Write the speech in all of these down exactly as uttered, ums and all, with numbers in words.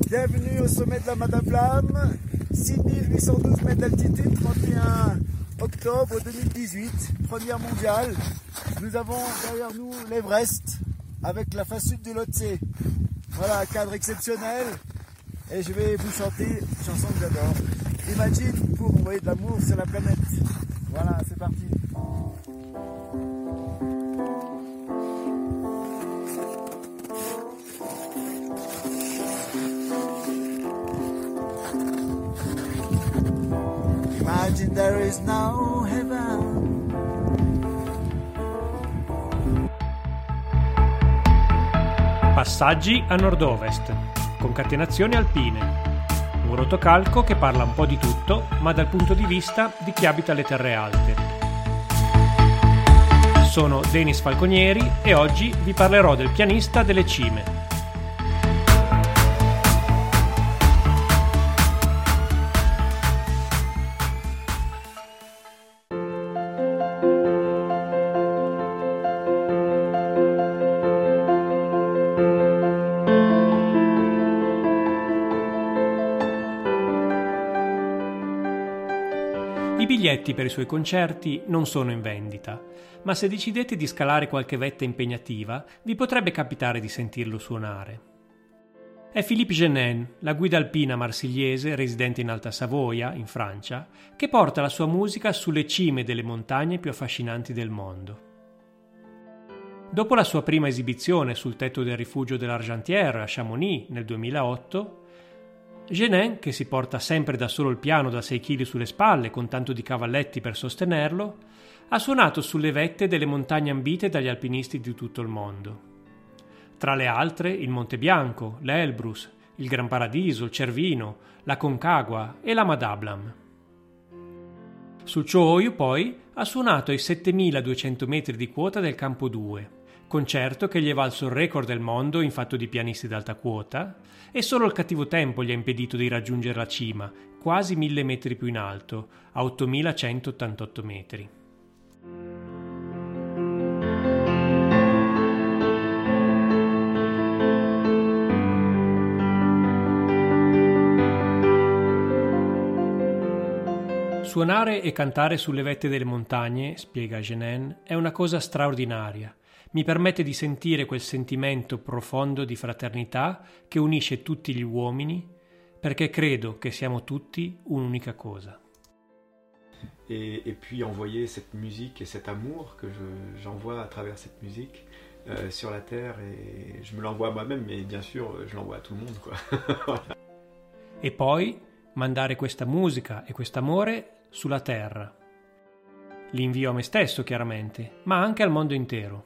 Bienvenue au sommet de la Madame Flamme, six mille huit cent douze mètres d'altitude, trente et un octobre deux mille dix-huit, première mondiale. Nous avons derrière nous l'Everest avec la face sud de l'Otse. Voilà, un cadre exceptionnel. Et je vais vous chanter une chanson que j'adore. Imagine pour envoyer de l'amour sur la planète. Voilà, c'est parti. Imagine there is no heaven. Passaggi a nord-ovest, concatenazioni alpine, un rotocalco che parla un po' di tutto, ma dal punto di vista di chi abita le terre alte. Sono Denis Falconieri e oggi vi parlerò del pianista delle cime. I biglietti per i suoi concerti non sono in vendita, ma se decidete di scalare qualche vetta impegnativa, vi potrebbe capitare di sentirlo suonare. È Philippe Genène, la guida alpina marsigliese residente in Alta Savoia, in Francia, che porta la sua musica sulle cime delle montagne più affascinanti del mondo. Dopo la sua prima esibizione sul tetto del rifugio dell'Argentière a Chamonix nel duemilaotto, Genène, che si porta sempre da solo il piano da sei chili sulle spalle con tanto di cavalletti per sostenerlo, ha suonato sulle vette delle montagne ambite dagli alpinisti di tutto il mondo. Tra le altre il Monte Bianco, l'Elbrus, il Gran Paradiso, il Cervino, la Concagua e la Madablam. Sul Choyu poi ha suonato ai settemiladuecento metri di quota del Campo due, concerto che gli è valso il record del mondo in fatto di pianisti d'alta quota, e solo il cattivo tempo gli ha impedito di raggiungere la cima, quasi mille metri più in alto, a ottomilacentottantotto metri. Suonare e cantare sulle vette delle montagne, spiega Genène, è una cosa straordinaria. Mi permette di sentire quel sentimento profondo di fraternità che unisce tutti gli uomini, perché credo che siamo tutti un'unica cosa. Et, et puis envoyer cette musique et cet amour que je, j'envoie à travers cette musique euh, sur la terre, et je me l'envoie à moi-même, mais bien sûr je l'envoie à tout le monde, quoi. Voilà. E poi mandare questa musica e quest'amore sulla terra. Li invio a me stesso, chiaramente, ma anche al mondo intero.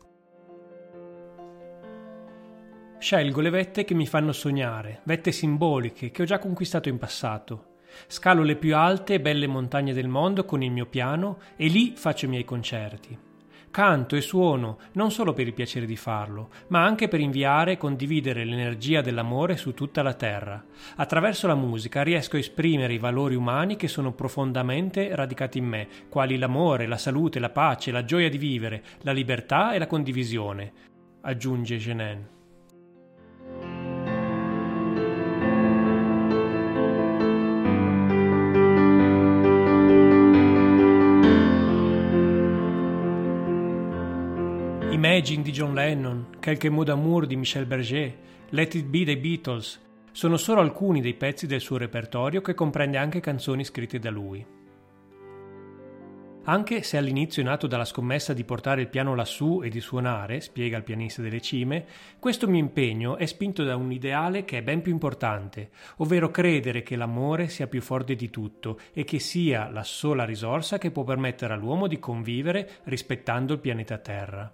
Scelgo le vette che mi fanno sognare, vette simboliche che ho già conquistato in passato. Scalo le più alte e belle montagne del mondo con il mio piano e lì faccio i miei concerti. Canto e suono non solo per il piacere di farlo, ma anche per inviare e condividere l'energia dell'amore su tutta la terra. Attraverso la musica riesco a esprimere i valori umani che sono profondamente radicati in me, quali l'amore, la salute, la pace, la gioia di vivere, la libertà e la condivisione, aggiunge Genène. Imagine di John Lennon, Quelques mots d'amour di Michel Berger, Let It Be dei Beatles, sono solo alcuni dei pezzi del suo repertorio che comprende anche canzoni scritte da lui. Anche se all'inizio è nato dalla scommessa di portare il piano lassù e di suonare, spiega il pianista delle cime, questo mio impegno è spinto da un ideale che è ben più importante, ovvero credere che l'amore sia più forte di tutto e che sia la sola risorsa che può permettere all'uomo di convivere rispettando il pianeta Terra.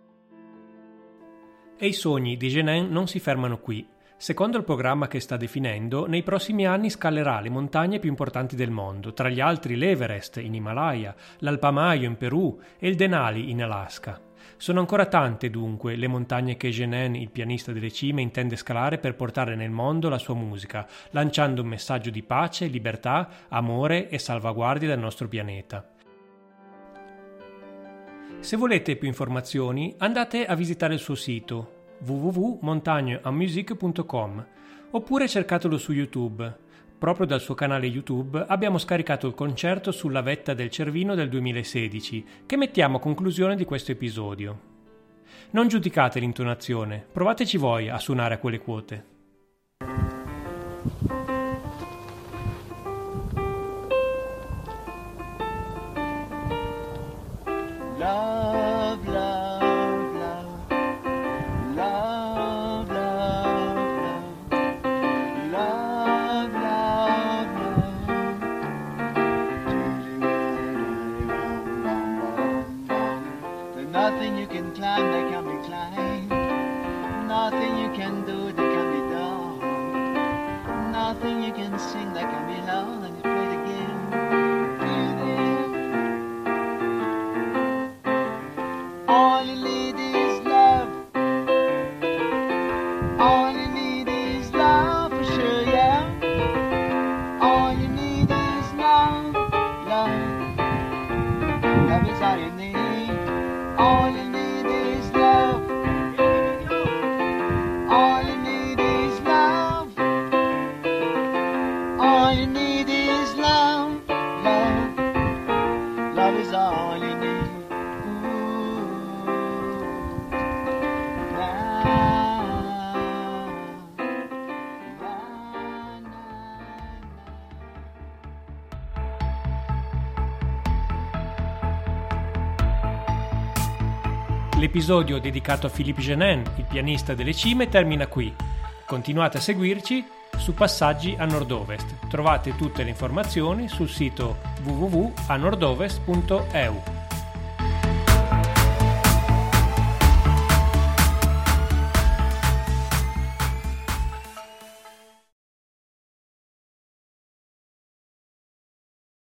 E i sogni di Genène non si fermano qui. Secondo il programma che sta definendo, nei prossimi anni scalerà le montagne più importanti del mondo, tra gli altri l'Everest in Himalaya, l'Alpamayo in Perù e il Denali in Alaska. Sono ancora tante dunque le montagne che Genène, il pianista delle cime, intende scalare per portare nel mondo la sua musica, lanciando un messaggio di pace, libertà, amore e salvaguardia del nostro pianeta. Se volete più informazioni, andate a visitare il suo sito w w w punto montagne en musique punto com oppure cercatelo su YouTube. Proprio dal suo canale YouTube abbiamo scaricato il concerto sulla vetta del Cervino del duemilasedici, che mettiamo a conclusione di questo episodio. Non giudicate l'intonazione, provateci voi a suonare a quelle quote. Love, love, love, love, love, love, love, love. There's nothing you can climb that can be climbed, nothing you can do that can be done, nothing you can sing that can be loud and you play the game. All you need is love. All you need is love for sure, yeah. All you need is love, love. Love is all you need. All you need is love. All you need is love. All you need is love, love. Love is all you need. L'episodio dedicato a Philippe Genin, il pianista delle cime, termina qui. Continuate a seguirci su Passaggi a Nord-Ovest. Trovate tutte le informazioni sul sito w w w punto a nordovest punto e u.